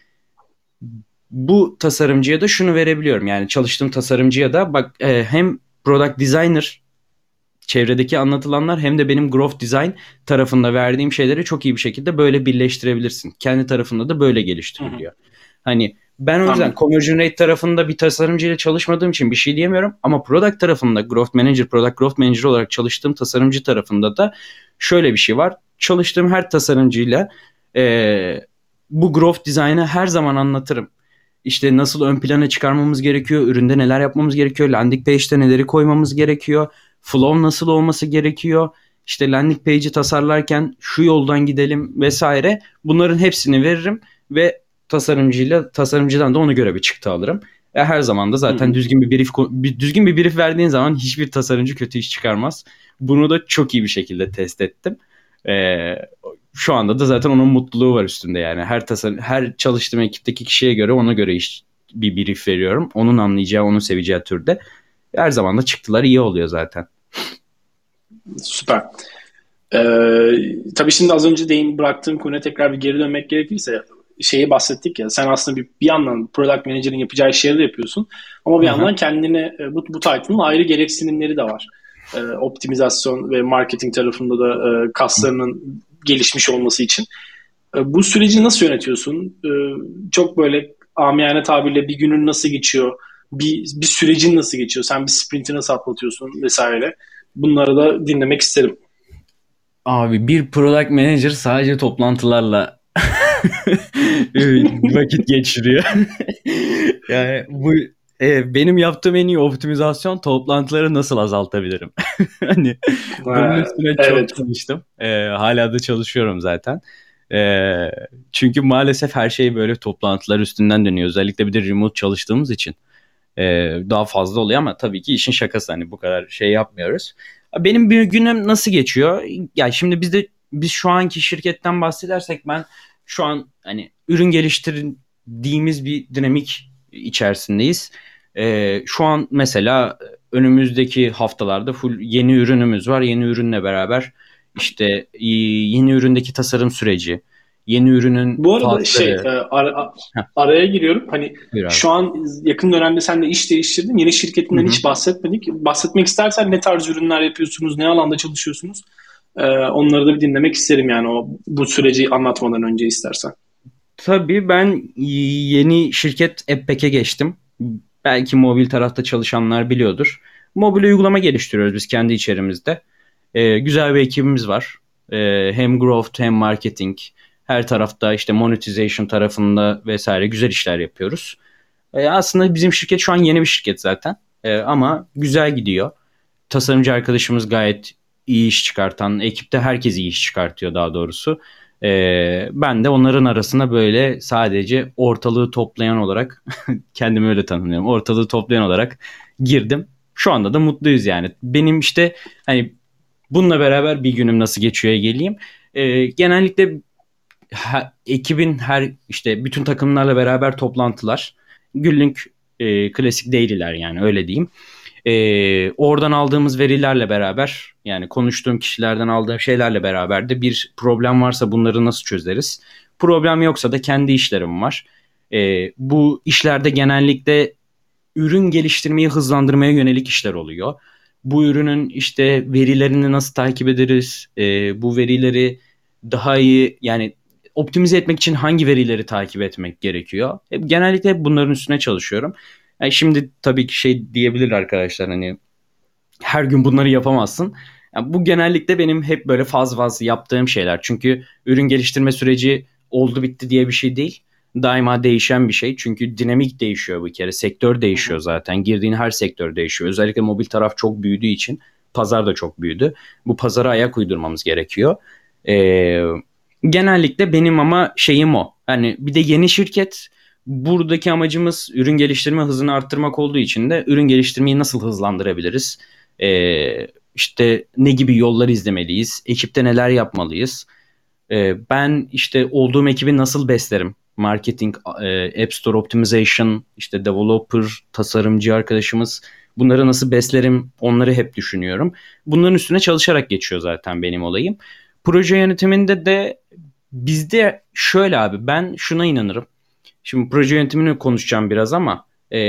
bu tasarımcıya da şunu verebiliyorum. Yani çalıştığım tasarımcıya da bak e, hem product designer çevredeki anlatılanlar hem de benim growth design tarafında verdiğim şeyleri çok iyi bir şekilde böyle birleştirebilirsin. Kendi tarafında da böyle Hı hı. geliştiriliyor. Hani ben o yüzden Anladım. conversion rate tarafında bir tasarımcıyla çalışmadığım için bir şey diyemiyorum. Ama product tarafında growth manager, product growth manager olarak çalıştığım tasarımcı tarafında da şöyle bir şey var. Çalıştığım her tasarımcıyla e, bu growth design'ı her zaman anlatırım. İşte nasıl ön plana çıkarmamız gerekiyor, üründe neler yapmamız gerekiyor, landing page'te neleri koymamız gerekiyor, flow nasıl olması gerekiyor, işte landing page'i tasarlarken şu yoldan gidelim vesaire. Bunların hepsini veririm ve tasarımcıyla tasarımcıdan da ona göre bir çıktı alırım. E her zaman da Hı zaten hı. düzgün bir brief bir, düzgün bir brief verdiğin zaman hiçbir tasarımcı kötü iş çıkarmaz. Bunu da çok iyi bir şekilde test ettim. Ee, şu anda da zaten onun mutluluğu var üstünde yani. Her tasarım, her çalıştığım ekipteki kişiye göre ona göre iş bir brief veriyorum. Onun anlayacağı, onu seveceği türde. Her zaman da çıktılar iyi oluyor zaten. Süper. Ee, tabii şimdi az önce değin bıraktığım konuya tekrar bir geri dönmek gerekirse şeyi bahsettik ya sen aslında bir, bir yandan product manager'ın yapacağı işleri de yapıyorsun ama bir Aha. yandan kendine e, bu, bu title'ın ayrı gereksinimleri de var. Ee, optimizasyon ve marketing tarafında da e, kaslarının gelişmiş olması için. E, bu süreci nasıl yönetiyorsun? E, çok böyle amiyane tabirle bir günün nasıl geçiyor? Bir, bir sürecin nasıl geçiyor? Sen bir sprinti nasıl atlatıyorsun vesaire. Bunları da dinlemek isterim. Abi bir product manager sadece toplantılarla vakit geçiriyor. Yani bu e, benim yaptığım en iyi optimizasyon toplantıları nasıl azaltabilirim? Hani bunun Ha, üstüne çok evet. çalıştım. E, hala da çalışıyorum zaten. E, çünkü maalesef her şey böyle toplantılar üstünden dönüyor. Özellikle bir de remote çalıştığımız için e, daha fazla oluyor ama tabii ki işin şakası hani bu kadar şey yapmıyoruz. Benim bir günüm nasıl geçiyor? Ya şimdi biz de biz şu anki şirketten bahsedersek ben şu an hani ürün geliştirdiğimiz bir dinamik içerisindeyiz. Ee, şu an mesela önümüzdeki haftalarda full yeni ürünümüz var. Yeni ürünle beraber işte e, yeni üründeki tasarım süreci, yeni ürünün Bu arada şey fazları. e, ara- Heh, araya giriyorum. Hani buyur abi. şu an yakın dönemde sen de iş değiştirdin. Yeni Hı şirketinden hı. hiç bahsetmedik. Bahsetmek istersen ne tarz ürünler yapıyorsunuz, ne alanda çalışıyorsunuz? E, onları da bir dinlemek isterim yani o bu süreci anlatmadan önce istersen. Tabii ben yeni şirket Appback'e geçtim. Belki mobil tarafta çalışanlar biliyordur. Mobil uygulama geliştiriyoruz biz kendi içerimizde. Ee, güzel bir ekibimiz var. Ee, hem growth hem marketing. Her tarafta işte monetization tarafında vesaire güzel işler yapıyoruz. Ee, aslında bizim şirket şu an yeni bir şirket zaten. Ee, ama güzel gidiyor. Tasarımcı arkadaşımız gayet iyi iş çıkartan, ekipte herkes iyi iş çıkartıyor daha doğrusu. Ee, ben de onların arasına böyle sadece ortalığı toplayan olarak kendimi öyle tanımlıyorum. Ortalığı toplayan olarak girdim. Şu anda da mutluyuz yani. Benim işte hani bununla beraber bir günüm nasıl geçiyor geleyim. Ee, genellikle ha- ekibin her işte bütün takımlarla beraber toplantılar. Günlük e, klasik daily'ler yani öyle diyeyim. Ee, oradan aldığımız verilerle beraber yani konuştuğum kişilerden aldığım şeylerle beraber de bir problem varsa bunları nasıl çözeriz? Problem yoksa da kendi işlerim var. Ee, bu işlerde genellikle ürün geliştirmeyi hızlandırmaya yönelik işler oluyor. Bu ürünün işte verilerini nasıl takip ederiz? Ee, bu verileri daha iyi yani optimize etmek için hangi verileri takip etmek gerekiyor? Hep, genellikle hep bunların üstüne çalışıyorum. Yani şimdi tabii ki şey diyebilir arkadaşlar hani her gün bunları yapamazsın. Yani bu genellikle benim hep böyle faz faz yaptığım şeyler. Çünkü ürün geliştirme süreci oldu bitti diye bir şey değil. Daima değişen bir şey. Çünkü dinamik değişiyor bir kere. Sektör Hı hı. değişiyor zaten. Girdiğin her sektör değişiyor. Özellikle mobil taraf çok büyüdüğü için pazar da çok büyüdü. Bu pazara ayak uydurmamız gerekiyor. Ee, genellikle benim ama şeyim o. Hani bir de yeni şirket buradaki amacımız ürün geliştirme hızını arttırmak olduğu için de ürün geliştirmeyi nasıl hızlandırabiliriz? Ee, işte ne gibi yollar izlemeliyiz? Ekipte neler yapmalıyız? Ee, ben işte olduğum ekibi nasıl beslerim? Marketing, e, App Store Optimization, işte developer, tasarımcı arkadaşımız. Bunları nasıl beslerim? Onları hep düşünüyorum. Bunların üstüne çalışarak geçiyor zaten benim olayım. Proje yönetiminde de bizde şöyle abi ben şuna inanırım. Şimdi proje yönetimini konuşacağım biraz ama e,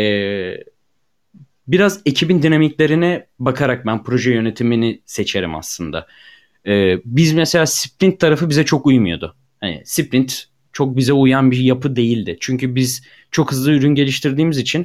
biraz ekibin dinamiklerine bakarak ben proje yönetimini seçerim aslında. Ee, biz mesela sprint tarafı bize çok uymuyordu. Hani sprint çok bize uyan bir yapı değildi. Çünkü biz çok hızlı ürün geliştirdiğimiz için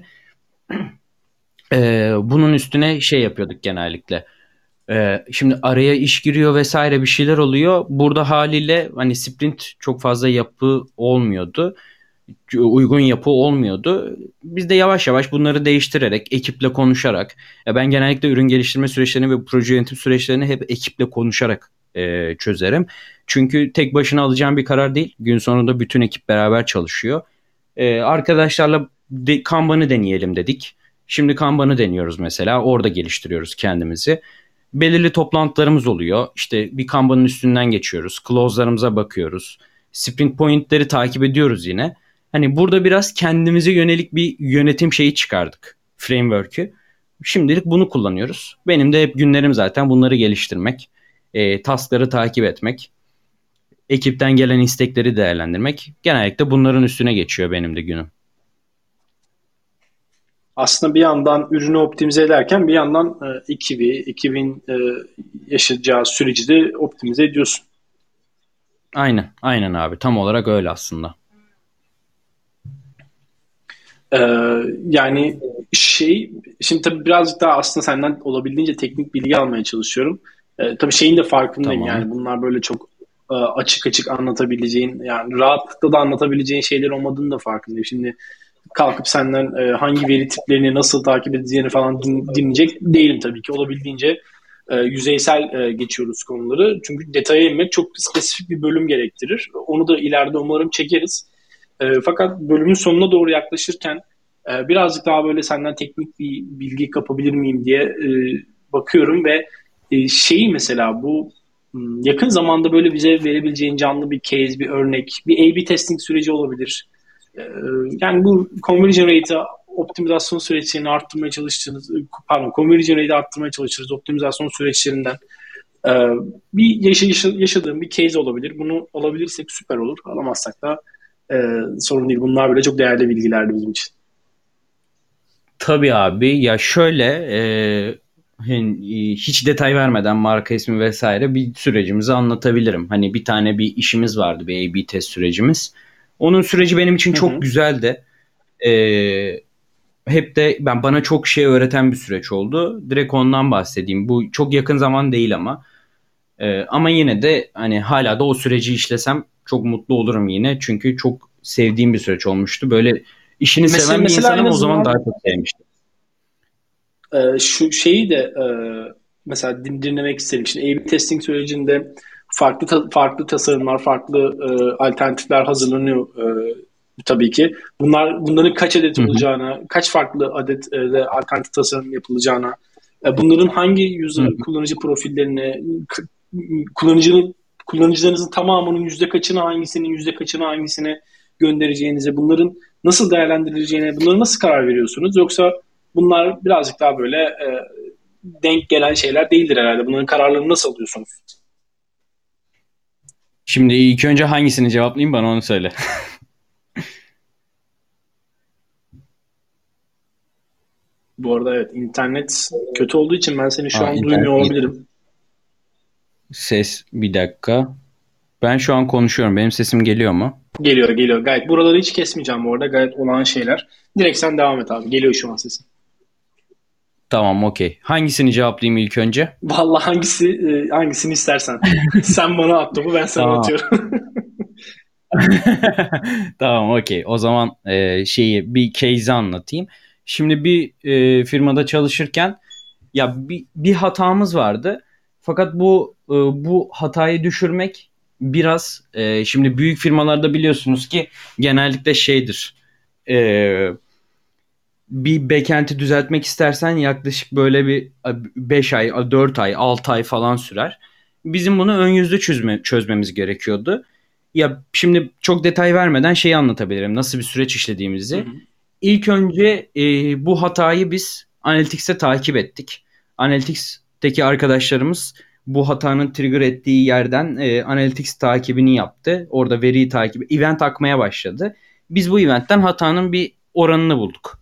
e, bunun üstüne şey yapıyorduk genellikle. Ee, şimdi araya iş giriyor vesaire bir şeyler oluyor. Burada haliyle hani sprint çok fazla yapı olmuyordu, uygun yapı olmuyordu. Biz de yavaş yavaş bunları değiştirerek, ekiple konuşarak, ya ben genellikle ürün geliştirme süreçlerini ve proje yönetim süreçlerini hep ekiple konuşarak e, çözerim. Çünkü tek başına alacağım bir karar değil. Gün sonunda bütün ekip beraber çalışıyor. E, arkadaşlarla de, Kanban'ı deneyelim dedik. Şimdi Kanban'ı deniyoruz mesela. Orada geliştiriyoruz kendimizi. Belirli toplantılarımız oluyor. İşte bir Kanban'ın üstünden geçiyoruz. Close'larımıza bakıyoruz. Sprint point'leri takip ediyoruz yine. Hani burada biraz kendimize yönelik bir yönetim şeyi çıkardık. Framework'ü. Şimdilik bunu kullanıyoruz. Benim de hep günlerim zaten bunları geliştirmek. E, task'ları takip etmek. Ekipten gelen istekleri değerlendirmek. Genellikle bunların üstüne geçiyor benim de günüm. Aslında bir yandan ürünü optimize ederken bir yandan e, ekibi, ekibin e, yaşayacağı süreci de optimize ediyorsun. Aynen, aynen abi. Tam olarak öyle aslında. Ee, yani şey şimdi tabii birazcık daha aslında senden olabildiğince teknik bilgi almaya çalışıyorum. Ee, tabii şeyin de farkındayım Tamam. yani bunlar böyle çok e, açık açık anlatabileceğin yani rahatlıkla da anlatabileceğin şeyler olmadığını da farkındayım. Şimdi kalkıp senden e, hangi veri tiplerini nasıl takip edeceğini falan din- dinleyecek değilim tabii ki. Olabildiğince e, yüzeysel e, geçiyoruz konuları. Çünkü detaya inmek çok spesifik bir bölüm gerektirir. Onu da ileride umarım çekeriz. E, fakat bölümün sonuna doğru yaklaşırken e, birazcık daha böyle senden teknik bir bilgi kapabilir miyim diye e, bakıyorum ve e, şeyi mesela bu hmm, yakın zamanda böyle bize verebileceğin canlı bir case, bir örnek, bir A B testing süreci olabilir. E, yani bu conversion rate'i optimizasyon süreçlerini arttırmaya çalıştığınız, pardon, conversion rate'i arttırmaya çalışırız optimizasyon süreçlerinden Ee, bir yaşa- yaşa- yaşadığım bir case olabilir. Bunu alabilirsek süper olur. Alamazsak da e, sorun değil. Bunlar bile çok değerli bilgilerdi bizim için. Tabii abi, ya şöyle e, hani, e, hiç detay vermeden marka ismi vesaire bir sürecimizi anlatabilirim. Hani bir tane bir işimiz vardı, bir A/B test sürecimiz. Onun süreci benim için Hı çok hı. güzeldi. E, Hep de ben bana çok şey öğreten bir süreç oldu. Direkt ondan bahsedeyim. Bu çok yakın zaman değil ama. E, ama yine de hani hala da o süreci işlesem çok mutlu olurum yine. Çünkü çok sevdiğim bir süreç olmuştu. Böyle işini Mesela, seven bir mesela en insanım, o zaman daha azından çok sevmiştim. e, şu şeyi de e, mesela din- dinlemek isterim. Şimdi A/B testing sürecinde farklı ta- farklı tasarımlar, farklı e, alternatifler hazırlanıyor e, tabii ki. Bunlar bunların kaç adet Hı hı. olacağına, kaç farklı adet e, de alternatif tasarım yapılacağına, e, bunların hangi Hı user, hı. kullanıcı profillerine, k- kullanıcının kullanıcılarınızın tamamının yüzde kaçını hangisinin yüzde kaçını hangisine göndereceğinize, bunların nasıl değerlendirileceğine, bunları nasıl karar veriyorsunuz? Yoksa bunlar birazcık daha böyle e, denk gelen şeyler değildir herhalde. Bunların kararlarını nasıl alıyorsunuz? Şimdi ilk önce hangisini cevaplayayım, bana onu söyle. Bu arada evet, internet kötü olduğu için ben seni şu Aa, an duymuyor internet gitti. olabilirim. Ses bir dakika. Ben şu an konuşuyorum. Benim sesim geliyor mu? Geliyor geliyor gayet. Buraları hiç kesmeyeceğim bu arada. Gayet olağan şeyler. Direkt sen devam et abi. Geliyor şu an sesin. Tamam, okey. Hangisini cevaplayayım ilk önce? Vallahi hangisi e, hangisini istersen. Sen bana at topu, ben sana Tamam. atıyorum. Tamam, okey. O zaman e, şeyi bir case anlatayım. Şimdi bir e, firmada çalışırken ya bir, bir hatamız vardı. Fakat bu e, bu hatayı düşürmek biraz e, şimdi büyük firmalarda biliyorsunuz ki genellikle şeydir. E, Bir backend'i düzeltmek istersen yaklaşık böyle bir beş ay, dört ay, altı ay falan sürer. Bizim bunu ön yüzlü çözme, çözmemiz gerekiyordu. Ya şimdi çok detay vermeden şeyi anlatabilirim. Nasıl bir süreç Hı işlediğimizi. hı, İlk önce e, bu hatayı biz Analytics'te takip ettik. Analytics'teki arkadaşlarımız bu hatanın trigger ettiği yerden e, Analytics takibini yaptı. Orada veriyi takip, event akmaya başladı. Biz bu eventten hatanın bir oranını bulduk.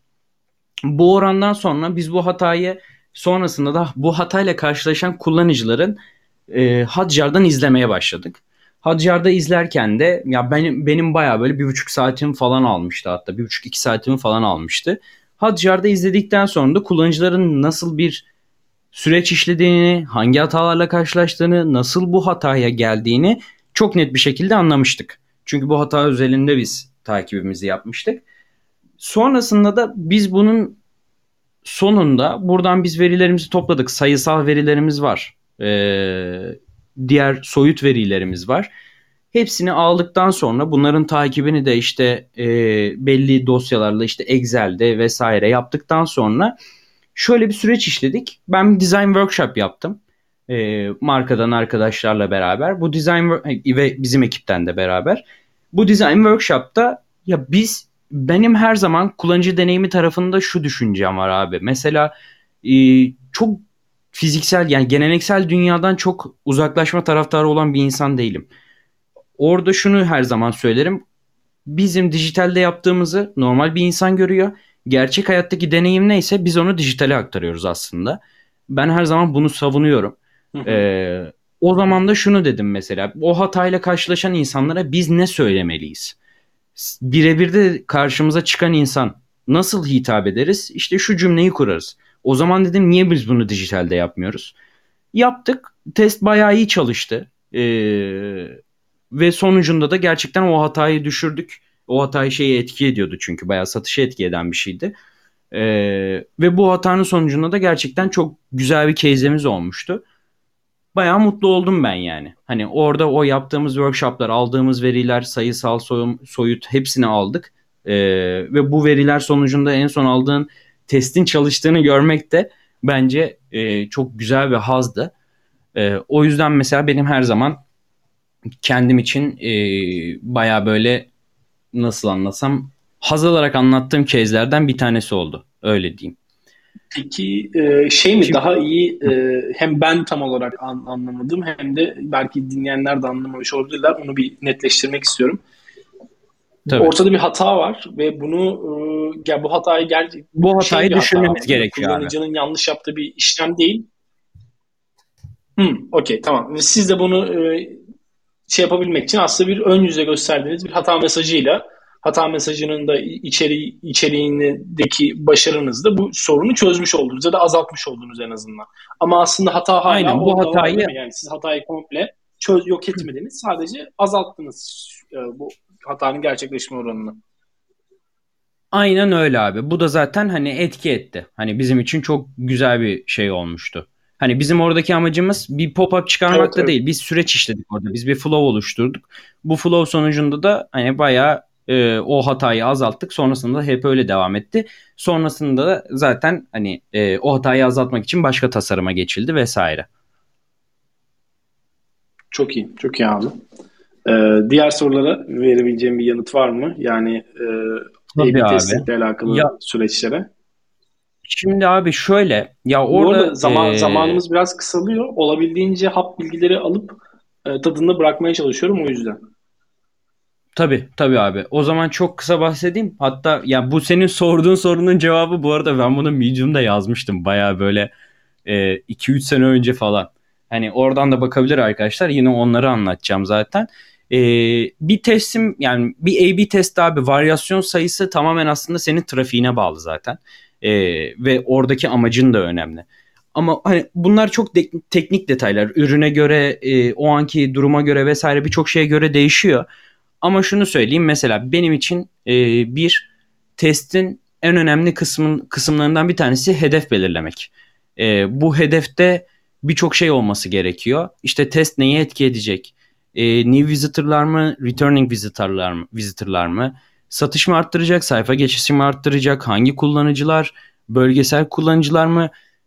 Bu orandan sonra biz bu hatayı sonrasında da bu hatayla karşılaşan kullanıcıların e, Hotjar'dan izlemeye başladık. Hotjar'da izlerken de ya benim benim bayağı böyle bir buçuk saatim falan almıştı, hatta bir buçuk iki saatimi falan almıştı. Hotjar'da izledikten sonra da kullanıcıların nasıl bir süreç işlediğini, hangi hatalarla karşılaştığını, nasıl bu hataya geldiğini çok net bir şekilde anlamıştık. Çünkü bu hata özelinde biz takibimizi yapmıştık. Sonrasında da biz bunun sonunda buradan biz verilerimizi topladık. Sayısal verilerimiz var. Ee, diğer soyut verilerimiz var. Hepsini aldıktan sonra bunların takibini de işte e, belli dosyalarla işte Excel'de vesaire yaptıktan sonra şöyle bir süreç işledik. Ben bir design workshop yaptım. E, markadan arkadaşlarla beraber. Bu design ve bizim ekipten de beraber. Bu design workshop'ta ya biz benim her zaman kullanıcı deneyimi tarafında şu düşüncem var abi. Mesela e, çok fiziksel, yani geleneksel dünyadan çok uzaklaşma taraftarı olan bir insan değilim. Orada şunu her zaman söylerim. Bizim dijitalde yaptığımızı normal bir insan görüyor. Gerçek hayattaki deneyim neyse biz onu dijitale aktarıyoruz aslında. Ben her zaman bunu savunuyorum. hı hı, Ee, O zaman da şunu dedim mesela. O hatayla karşılaşan insanlara biz ne söylemeliyiz? Birebir de karşımıza çıkan insan nasıl hitap ederiz? İşte şu cümleyi kurarız. O zaman dedim niye biz bunu dijitalde yapmıyoruz? Yaptık. Test bayağı iyi çalıştı. Ee, Ve sonucunda da gerçekten o hatayı düşürdük. O hatayı şeyi etki ediyordu çünkü bayağı satışı etki eden bir şeydi. Ee, Ve bu hatanın sonucunda da gerçekten çok güzel bir case'imiz olmuştu. Bayağı mutlu oldum ben yani. Hani orada o yaptığımız workshoplar, aldığımız veriler, sayısal, soyum, soyut hepsini aldık. Ee, Ve bu veriler sonucunda en son aldığın testin çalıştığını görmek de bence e, çok güzel bir hazdı. Ee, o yüzden mesela benim her zaman kendim için e, baya böyle, nasıl anlasam, haz alarak anlattığım case'lerden bir tanesi oldu. Öyle diyeyim. Peki e, şey mi Şimdi daha iyi, e, hem ben tam olarak an- anlamadım hem de belki dinleyenler de anlamamış olabilirler. Onu bir netleştirmek istiyorum. tabii. Ortada bir hata var ve bunu e, ya bu hatayı gel Bu şey hatayı bir hata düşünmemiz ama değil mi? gerekiyor abi. Kullanıcının yanlış yaptığı bir işlem değil. Hmm, okey, tamam. Ve siz de bunu e, şey yapabilmek için aslında bir ön yüze gösterdiğiniz bir hata mesajıyla, hata mesajının da içeriği, içeriğindeki başarınızda bu sorunu çözmüş oldunuz ya da azaltmış oldunuz en azından. Ama aslında hata hala Aynen bu orada var değil hatayı mi? Yani siz hatayı komple çöz yok etmediniz. Sadece azalttınız e, bu hatanın gerçekleşme oranını. aynen öyle abi. Bu da zaten hani etki etti. Hani bizim için çok güzel bir şey olmuştu. Hani bizim oradaki amacımız bir pop-up Evet, çıkarmak da evet. değil. Biz süreç işledik orada. Biz bir flow oluşturduk. Bu flow sonucunda da hani bayağı e, o hatayı azalttık. Sonrasında da hep öyle devam etti. Sonrasında da zaten hani e, o hatayı azaltmak için başka tasarıma geçildi vesaire. Çok iyi. Çok iyi abi. Ee, diğer sorulara verebileceğim bir yanıt var mı? Yani e, Tabii A/B abi. testingle Ya alakalı süreçlere. şimdi abi şöyle ya Bu arada orada zaman e, zamanımız biraz kısalıyor. Olabildiğince hap bilgileri alıp e, tadında bırakmaya çalışıyorum o yüzden. tabii tabii abi. O zaman çok kısa bahsedeyim. Hatta ya bu senin sorduğun sorunun cevabı bu arada ben bunu Medium'da yazmıştım. Baya böyle e, iki üç sene önce falan. Hani oradan da bakabilir arkadaşlar. Yine onları anlatacağım zaten. E, bir testim yani bir A/B test abi varyasyon sayısı tamamen aslında senin trafiğine bağlı zaten. E, ve oradaki amacın da önemli. Ama hani bunlar çok de- teknik detaylar. Ürüne göre, e, o anki duruma göre vesaire birçok şeye göre değişiyor. Ama şunu söyleyeyim mesela benim için e, bir testin en önemli kısmın kısımlarından bir tanesi hedef belirlemek. E, bu hedefte birçok şey olması gerekiyor. İşte test neyi etki edecek? E, new visitor'lar mı, returning visitor'lar mı, visitor'lar mı? Satış mı arttıracak, sayfa geçişi mi arttıracak? Hangi kullanıcılar, bölgesel kullanıcılar mı?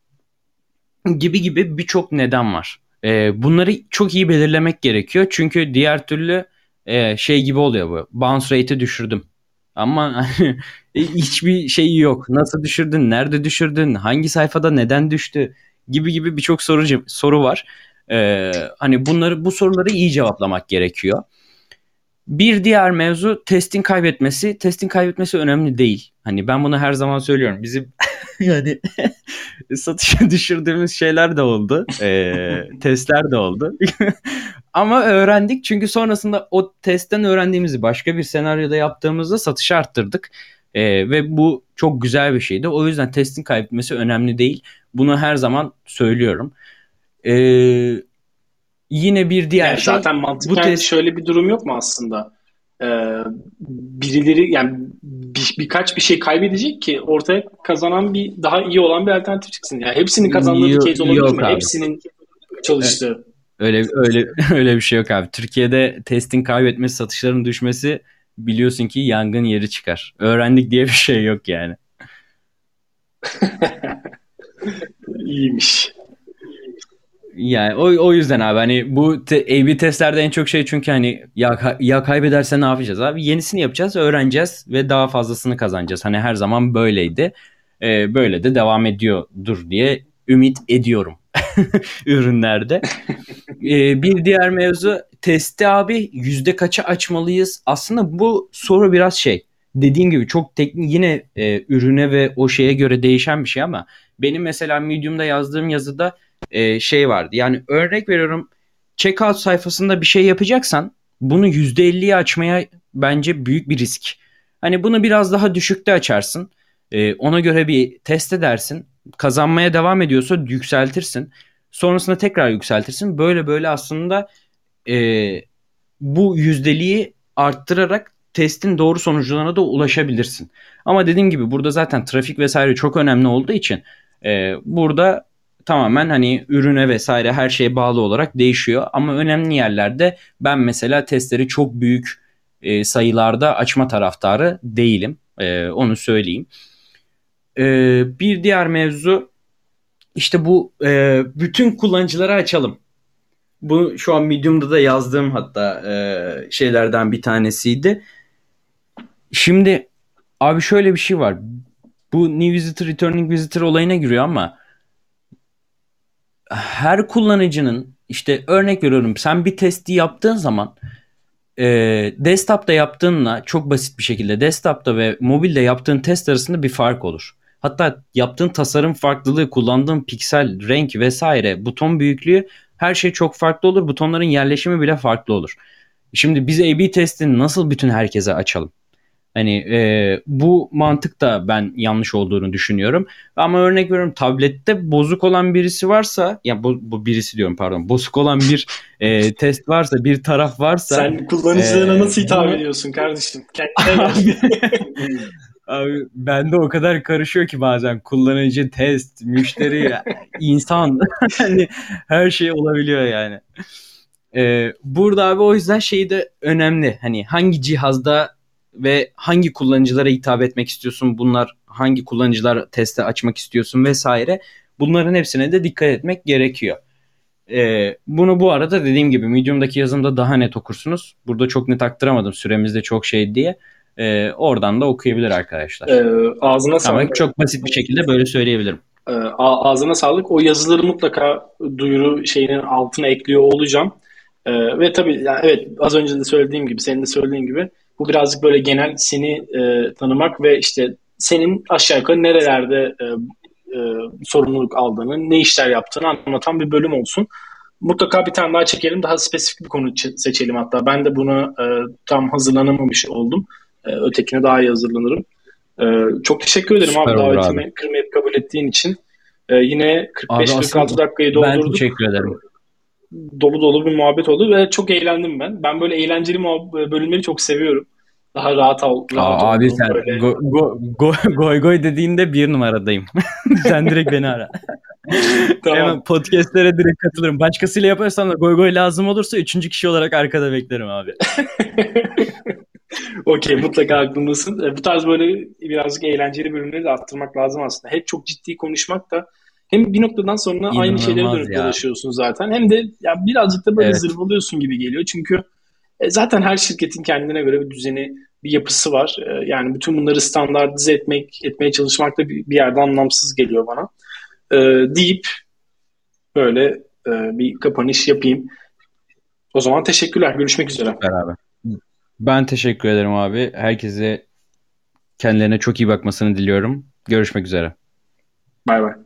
Gibi gibi birçok neden var. Ee, bunları çok iyi belirlemek gerekiyor. Çünkü diğer türlü e, şey gibi oluyor bu. Bounce rate'i düşürdüm. Ama hiçbir şeyi yok. Nasıl düşürdün? Nerede düşürdün? Hangi sayfada neden düştü? Gibi gibi birçok soru soru var. Ee, hani bunları bu soruları iyi cevaplamak gerekiyor. Bir diğer mevzu testin kaybetmesi. Testin kaybetmesi önemli değil. Hani ben bunu her zaman söylüyorum. Bizim yani satışa düşürdüğümüz şeyler de oldu. Ee, testler de oldu. Ama öğrendik çünkü sonrasında o testten öğrendiğimizi başka bir senaryoda yaptığımızda satışı arttırdık. Ee, ve bu çok güzel bir şeydi. O yüzden testin kaybetmesi önemli değil. Bunu her zaman söylüyorum. Ee, yine bir diğer Yani şey zaten bu mantıken test şöyle bir durum yok mu aslında? Ee, birileri yani bir, birkaç bir şey kaybedecek ki ortaya kazanan bir daha iyi olan bir alternatif çıksın. Yani hepsinin kazandığı bir case olabilir yok mi? abi. Hepsinin E, çalıştığı. Öyle öyle öyle bir şey yok abi. Türkiye'de testin kaybetmesi, satışların düşmesi biliyorsun ki yangın yeri çıkar. Öğrendik diye bir şey yok yani. İyiymiş. Yani o, o yüzden abi hani bu te, A B testlerde en çok şey çünkü hani ya, ka- ya kaybederse ne yapacağız abi? Yenisini yapacağız, öğreneceğiz ve daha fazlasını kazanacağız. Hani her zaman böyleydi. Ee, böyle de devam ediyordur diye ümit ediyorum ürünlerde. Ee, bir diğer mevzu testi abi yüzde kaça açmalıyız? Aslında bu soru biraz şey. Dediğim gibi çok teknik yine e, ürüne ve o şeye göre değişen bir şey ama benim mesela Medium'da yazdığım yazıda e, şey vardı. Yani örnek veriyorum checkout sayfasında bir şey yapacaksan bunu yüzde elliye açmaya bence büyük bir risk. Hani bunu biraz daha düşükte açarsın. E, ona göre bir test edersin. Kazanmaya devam ediyorsa yükseltirsin. Sonrasında tekrar yükseltirsin. Böyle böyle aslında e, bu yüzdeliği arttırarak testin doğru sonuçlarına da ulaşabilirsin. Ama dediğim gibi burada zaten trafik vesaire çok önemli olduğu için e, burada tamamen hani ürüne vesaire her şeye bağlı olarak değişiyor. Ama önemli yerlerde ben mesela testleri çok büyük e, sayılarda açma taraftarı değilim. E, onu söyleyeyim. E, bir diğer mevzu işte bu e, bütün kullanıcılara açalım. Bu şu an Medium'da da yazdığım hatta e, şeylerden bir tanesiydi. Şimdi abi şöyle bir şey var. bu new visitor, returning visitor olayına giriyor ama her kullanıcının işte örnek veriyorum sen bir testi yaptığın zaman e, desktop'ta yaptığınla çok basit bir şekilde desktop'ta ve mobilde yaptığın test arasında bir fark olur. Hatta yaptığın tasarım farklılığı, kullandığın piksel, renk vesaire, buton büyüklüğü her şey çok farklı olur. Butonların yerleşimi bile farklı olur. Şimdi biz A/B testini nasıl bütün herkese açalım? Hani e, bu mantık da ben yanlış olduğunu düşünüyorum. Ama örnek veriyorum tablette bozuk olan birisi varsa ya bu, bu birisi diyorum pardon bozuk olan bir e, test varsa bir taraf varsa Sen e, kullanıcılarına nasıl hitap bunu ediyorsun kardeşim? Kendine gel. abi, abi bende o kadar karışıyor ki bazen kullanıcı, test, müşteri, insan hani her şey olabiliyor yani. Ee, burada abi o yüzden şey de önemli. Hani hangi cihazda ve hangi kullanıcılara hitap etmek istiyorsun? Bunlar hangi kullanıcılar teste açmak istiyorsun vesaire. Bunların hepsine de dikkat etmek gerekiyor. Ee, bunu bu arada dediğim gibi Medium'daki yazımda daha net okursunuz. Burada çok net aktaramadım süremizde çok şey diye. Ee, oradan da okuyabilir arkadaşlar. Ee, Ağzına Ama sağlık. çok basit bir şekilde böyle söyleyebilirim. Ee, a- Ağzına sağlık. O yazıları mutlaka duyuru şeyinin altına ekliyor olacağım. Ee, ve tabii yani evet az önce de söylediğim gibi, senin de söylediğin gibi bu birazcık böyle genel seni e, tanımak ve işte senin aşağı yukarı nerelerde e, e, sorumluluk aldığını, ne işler yaptığını anlatan bir bölüm olsun. Mutlaka bir tane daha çekelim, daha spesifik bir konu ç- seçelim hatta. Ben de buna e, tam hazırlanamamış oldum. E, ötekine daha iyi hazırlanırım. Ee, çok teşekkür ederim Süper abi olur abi. davetimi kırmayıp kabul ettiğin için. Ee, yine Abi asıl kırk beş kırk altı dakikayı ben doldurduk. teşekkür ederim. Dolu dolu bir muhabbet oldu ve çok eğlendim ben. Ben böyle eğlenceli muhab- bölümleri çok seviyorum. Daha rahat ol- rahat Aa, abi olduğum sen böyle. go, go, go, goy goy dediğinde bir numaradayım. Sen direkt beni ara. Tamam. Hemen podcastlere direkt katılırım. Başkasıyla yaparsam da goy goy lazım olursa üçüncü kişi olarak arkada beklerim abi. Okey, mutlaka aklımdasın. Ee, Bu tarz böyle birazcık eğlenceli bölümleri de arttırmak lazım aslında. Hep çok ciddi konuşmak da hem bir noktadan sonra aynı şeylere İnanılmaz dönüp ya. dolaşıyorsun zaten. Hem de ya birazcık da böyle Evet. zırvalıyorsun gibi geliyor. Çünkü E, zaten her şirketin kendine göre bir düzeni, bir yapısı var. E, yani bütün bunları standartize etmek, etmeye çalışmak da bir, bir yerde anlamsız geliyor bana. E, deyip böyle e, bir kapanış yapayım. O zaman teşekkürler. Görüşmek üzere. Süper abi. Ben teşekkür ederim abi. Herkese kendilerine çok iyi bakmasını diliyorum. Görüşmek üzere. Bay bay.